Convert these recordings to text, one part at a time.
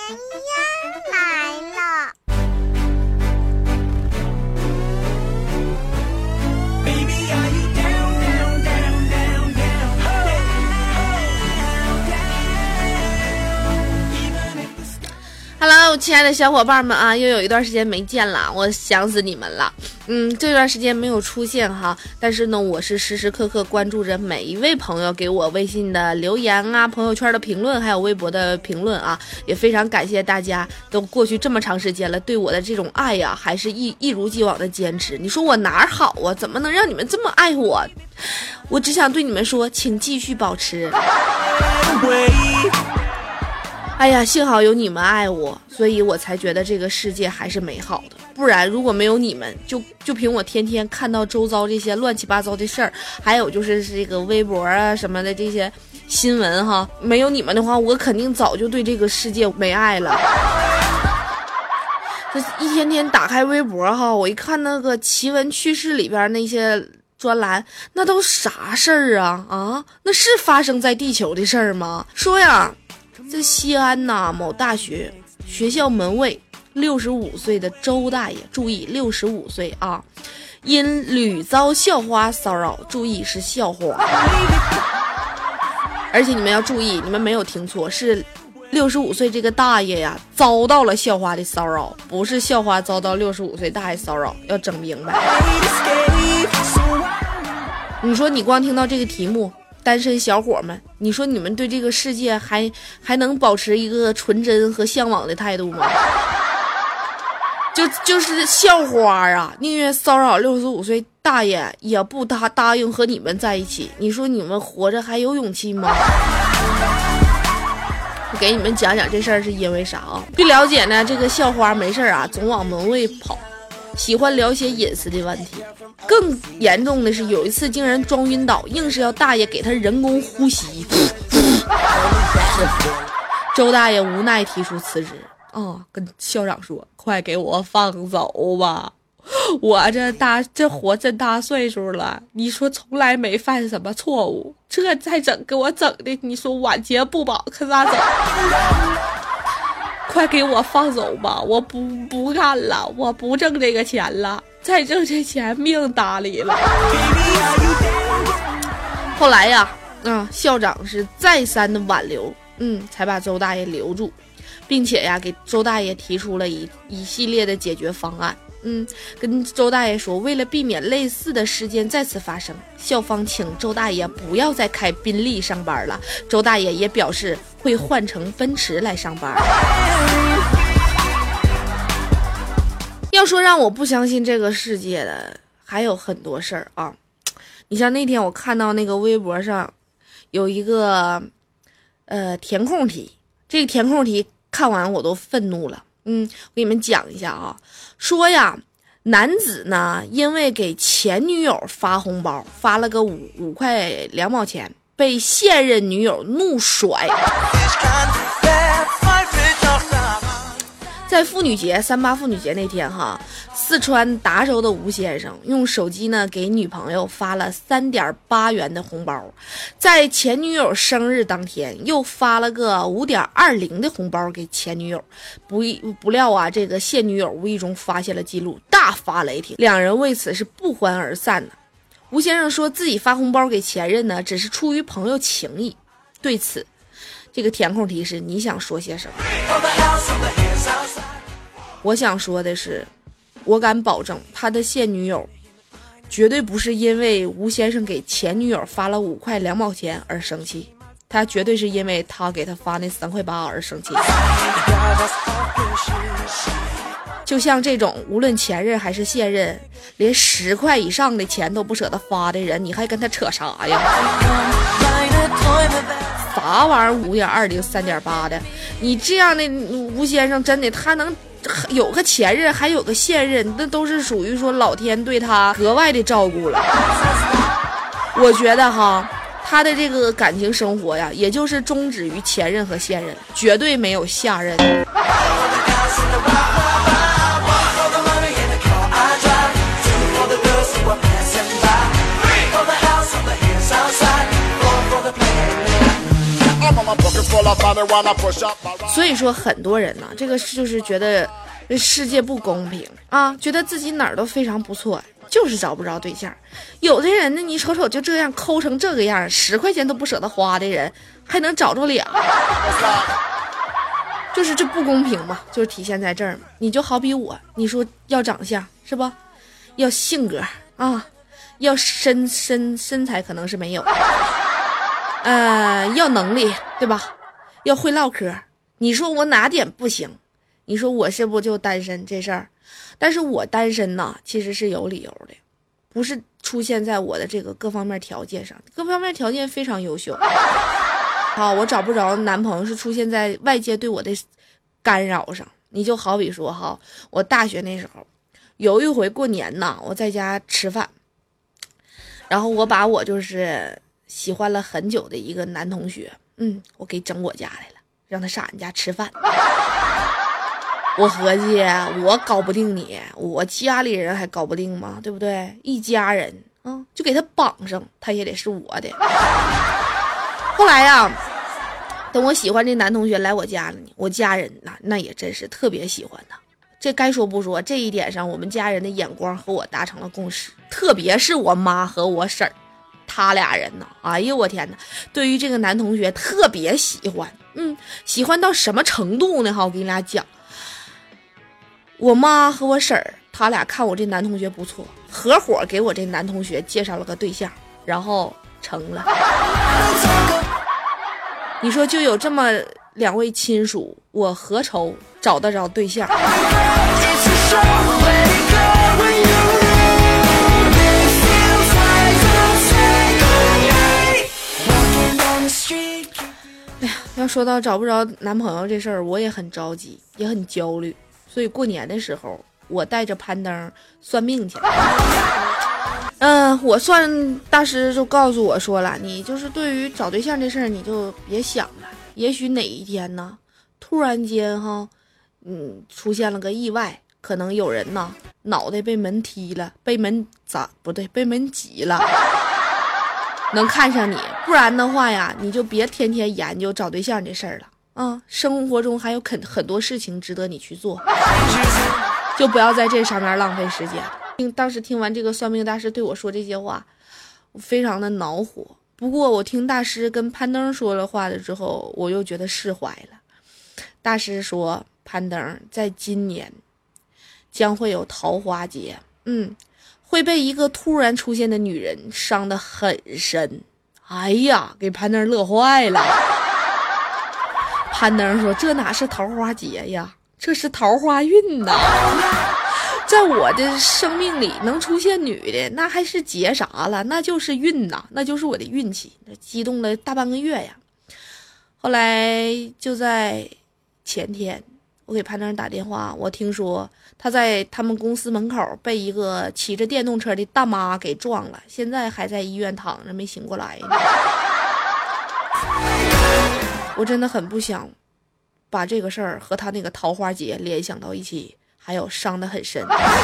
烟来了。 Hello， 亲爱的小伙伴们啊，又有一段时间没见了，我想死你们了。这段时间没有出现哈，但是呢，我是时时刻刻关注着每一位朋友给我微信的留言啊，朋友圈的评论，还有微博的评论啊，也非常感谢大家都过去这么长时间了，对我的这种爱呀，还是一如既往的坚持。你说我哪儿好啊？怎么能让你们这么爱我？我只想对你们说，请继续保持。哎呀，幸好有你们爱我，所以我才觉得这个世界还是美好的。不然如果没有你们，就凭我天天看到周遭这些乱七八糟的事儿，还有就是这个微博啊什么的这些新闻哈，没有你们的话，我肯定早就对这个世界没爱了。这一天天打开微博哈，我一看那个奇闻趣事里边那些专栏，那都啥事儿啊？那是发生在地球的事儿吗？说呀，在西安呐某大学学校门卫65岁的周大爷，注意65岁啊，因屡遭校花骚扰，注意是校花，而且你们要注意，你们没有听错，是65岁这个大爷呀遭到了校花的骚扰，不是校花遭到65岁大爷骚扰，要整明白。你说你光听到这个题目，单身小伙们，你说你们对这个世界还能保持一个纯真和向往的态度吗？就是校花啊，宁愿骚扰65岁大爷，也不答应和你们在一起。你说你们活着还有勇气吗？我给你们讲讲这事儿是因为啥啊？据了解呢，这个校花没事啊，总往门卫跑，喜欢聊些隐私的问题。更严重的是，有一次竟然装晕倒，硬是要大爷给他人工呼吸。周大爷无奈提出辞职，跟校长说：“快给我放走吧，我这活这大岁数了，你说从来没犯什么错误，这再给我整的，你说晚节不保可咋整？快给我放走吧，我不干了，我不挣这个钱了。”再挣这钱命搭里了。后来呀，校长是再三的挽留，才把周大爷留住，并且呀给周大爷提出了一系列的解决方案。跟周大爷说，为了避免类似的事件再次发生，校方请周大爷不要再开宾利上班了。周大爷也表示会换成奔驰来上班。要说让我不相信这个世界的还有很多事儿啊，你像那天我看到那个微博上有一个填空题，这个填空题看完我都愤怒了。我给你们讲一下啊，说呀，男子呢因为给前女友发红包，发了个5块2毛钱，被现任女友怒甩。在妇女节38妇女节那天哈，四川达州的吴先生用手机呢给女朋友发了3.8元的红包，在前女友生日当天又发了个5.20的红包给前女友，不料啊，这个现女友无意中发现了记录，大发雷霆，两人为此是不欢而散的。吴先生说自己发红包给前任呢，只是出于朋友情谊。对此，这个填空题是你想说些什么？我想说的是，我敢保证他的现女友绝对不是因为吴先生给前女友发了5块2毛钱而生气，他绝对是因为他给他发那3块8而生气。就像这种无论前任还是现任，连10块以上的钱都不舍得发的人，你还跟他扯啥呀？啥玩意儿5.20 3.8的？你这样的吴先生真的他能有个前任还有个现任，那都是属于说老天对他格外的照顾了。我觉得哈，他的这个感情生活呀，也就是终止于前任和现任，绝对没有下任。 所以说很多人呢，这个就是觉得这世界不公平啊，觉得自己哪儿都非常不错，就是找不着对象。有的人呢，你瞅瞅就这样抠成这个样，10块钱都不舍得花的人，还能找着俩，就是这不公平嘛，就是体现在这儿嘛。你就好比我，你说要长相是吧？要性格啊，要身材可能是没有，要能力对吧？要会唠嗑。你说我哪点不行？你说我是不就单身这事儿？但是我单身呢，其实是有理由的，不是出现在我的这个各方面条件上，各方面条件非常优秀。好，我找不着男朋友是出现在外界对我的干扰上。你就好比说哈，我大学那时候有一回过年呢，我在家吃饭，然后我把我就是喜欢了很久的一个男同学，我给整我家来了，让他上俺家吃饭。我合计我搞不定你，我家里人还搞不定吗？对不对？一家人就给他绑上，他也得是我的。后来呀，等我喜欢这男同学来我家了呢，我家人那也真是特别喜欢他。这该说不说，这一点上我们家人的眼光和我达成了共识，特别是我妈和我婶儿，他俩人呢，哎呦我天哪，对于这个男同学特别喜欢，喜欢到什么程度呢？我给你俩讲，我妈和我婶儿他俩看我这男同学不错，合伙给我这男同学介绍了个对象，然后成了。你说就有这么2位亲属，我何愁找得着对象？哎呀，要说到找不着男朋友这事儿，我也很着急，也很焦虑。所以过年的时候，我带着攀登算命去。我算大师就告诉我说了，你就是对于找对象这事儿，你就别想了。也许哪一天呢，突然间出现了个意外，可能有人呢脑袋被门踢了，被门挤了，能看上你。不然的话呀，你就别天天研究找对象这事儿了。生活中还有很多事情值得你去做，就不要在这上面浪费时间。当时听完这个算命大师对我说这些话，我非常的恼火。不过我听大师跟攀登说了话了之后，我又觉得释怀了。大师说攀登在今年将会有桃花劫，会被一个突然出现的女人伤得很深。哎呀，给攀登乐坏了。攀登说，这哪是桃花劫呀，这是桃花运呐。在我的生命里能出现女的，那还是劫啥了？那就是运呐，那就是我的运气。激动了大半个月呀。后来就在前天，我给攀登打电话，我听说他在他们公司门口被一个骑着电动车的大妈给撞了，现在还在医院躺着没醒过来呢。我真的很不想把这个事儿和他那个桃花劫联想到一起，还有伤得很深。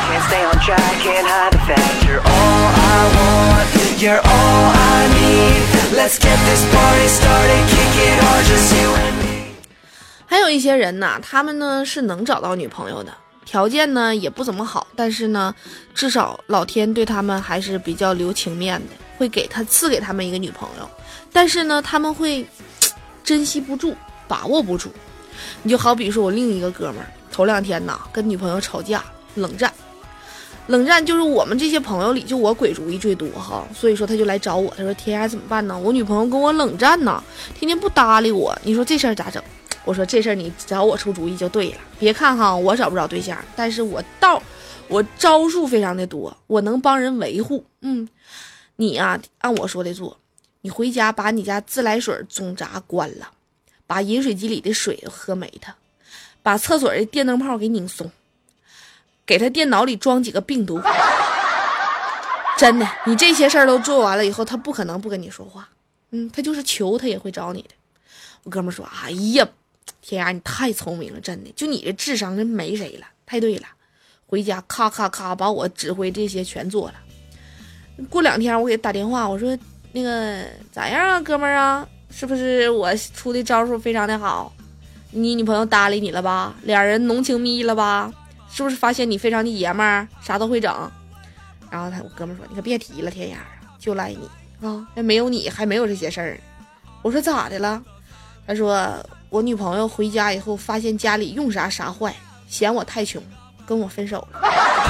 还有一些人呢，他们呢是能找到女朋友的，条件呢也不怎么好，但是呢至少老天对他们还是比较留情面的，会赐给他们一个女朋友，但是呢他们会珍惜不住，把握不住。你就好比说我另一个哥们儿，头2天呢跟女朋友吵架，冷战就是我们这些朋友里就我鬼主意最多所以说他就来找我，他说天涯怎么办呢？我女朋友跟我冷战呢，天天不搭理我，你说这事儿咋整？我说这事儿你找我出主意就对了，别看我找不着对象，但是我招数非常的多，我能帮人维护。你啊按我说的做，你回家把你家自来水总闸关了，把饮水机里的水喝没它，把厕所的电灯泡给拧松，给他电脑里装几个病毒。真的，你这些事儿都做完了以后，他不可能不跟你说话。他就是求他也会找你的。我哥们说，哎呀，天涯你太聪明了，真的，就你这智商真没谁了，太对了。回家咔咔咔把我指挥这些全做了。过2天我给他打电话，我说那个咋样啊哥们儿啊， 是不是我出的招数非常的好？你女朋友搭理你了吧？两人浓情蜜意了吧？是不是发现你非常的爷们儿，啥都会整？然后我哥们说：“你可别提了，天涯就赖你啊！要没有你，还没有这些事儿。”我说：“咋的了？”他说：“我女朋友回家以后，发现家里用啥啥坏，嫌我太穷，跟我分手了。”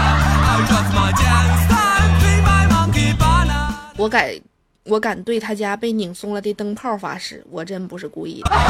我敢对他家被拧松了的灯泡发誓，我真不是故意的。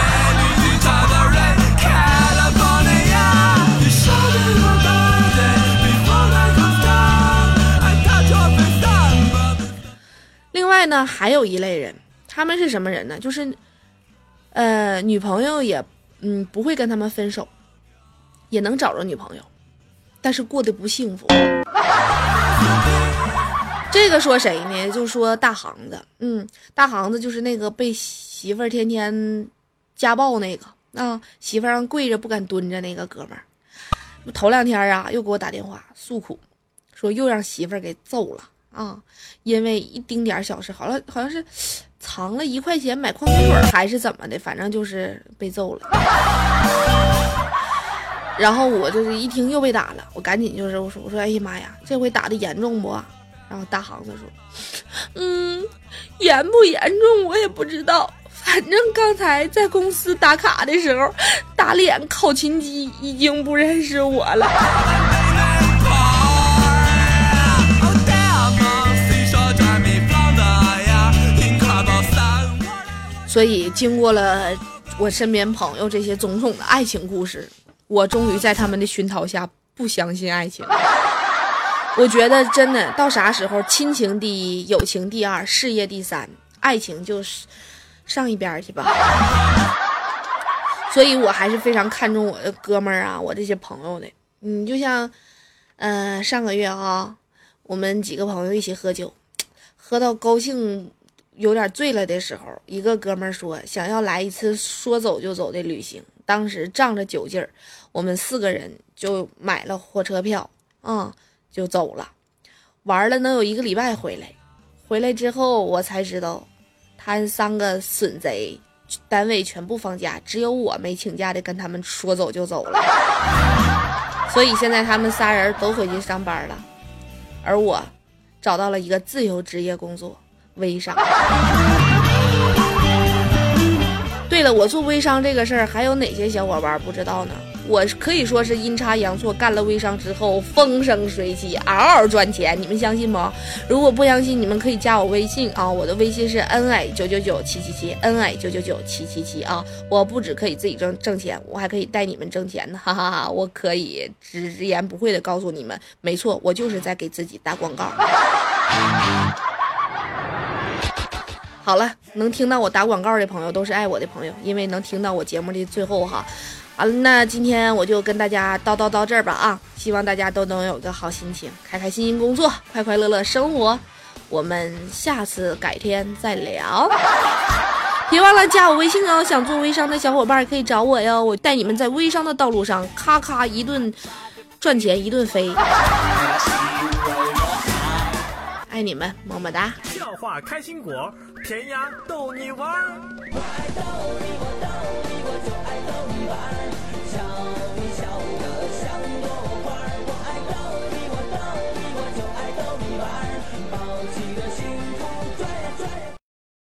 另外呢，还有一类人，他们是什么人呢？就是女朋友也不会跟他们分手，也能找着女朋友，但是过得不幸福。这个说谁呢？就说大航子，大航子就是那个被媳妇儿天天家暴那个啊，媳妇儿上跪着不敢蹲着那个哥们儿。头2天啊，又给我打电话诉苦，说又让媳妇儿给揍了啊，因为一丁点小事，好像是藏了1块钱买矿泉水还是怎么的，反正就是被揍了。然后我就是一听又被打了，我赶紧就是我说哎呀妈呀，这回打的严重不？然后大航子说，严不严重我也不知道，反正刚才在公司打卡的时候，打脸考勤机已经不认识我了。所以经过了我身边朋友这些种种的爱情故事，我终于在他们的熏陶下不相信爱情。我觉得真的到啥时候，亲情第一，友情第2，事业第3，爱情就是上一边去吧。所以我还是非常看重我的哥们儿啊，我这些朋友的。就像上个月我们几个朋友一起喝酒，喝到高兴有点醉了的时候，一个哥们儿说想要来一次说走就走的旅行。当时仗着酒劲儿，我们4个人就买了火车票就走了，玩了能有1个礼拜回来之后我才知道，他3个损贼单位全部放假，只有我没请假的跟他们说走就走了。所以现在他们3人都回去上班了，而我找到了一个自由职业工作，微商。对了，我做微商这个事儿，还有哪些小伙伴不知道呢？我可以说是阴差阳错，干了微商之后风生水起，嗷嗷赚钱，你们相信吗？如果不相信，你们可以加我微信啊，我的微信是 NA999777 NA999777 啊。我不只可以自己挣钱，我还可以带你们挣钱呢，哈哈哈！我可以直言不讳的告诉你们，没错，我就是在给自己打广告。好了，能听到我打广告的朋友都是爱我的朋友，因为能听到我节目的最后好了，那今天我就跟大家叨到这儿吧啊！希望大家都能有个好心情，开开心心工作，快快乐乐生活。我们下次改天再聊，别忘了加我微信哦！想做微商的小伙伴可以找我哟，我带你们在微商的道路上咔咔一顿赚钱一顿飞。爱你们，么么哒！ 笑话开心果，甜呀逗你玩。我爱逗你，我逗你，我就爱逗你玩。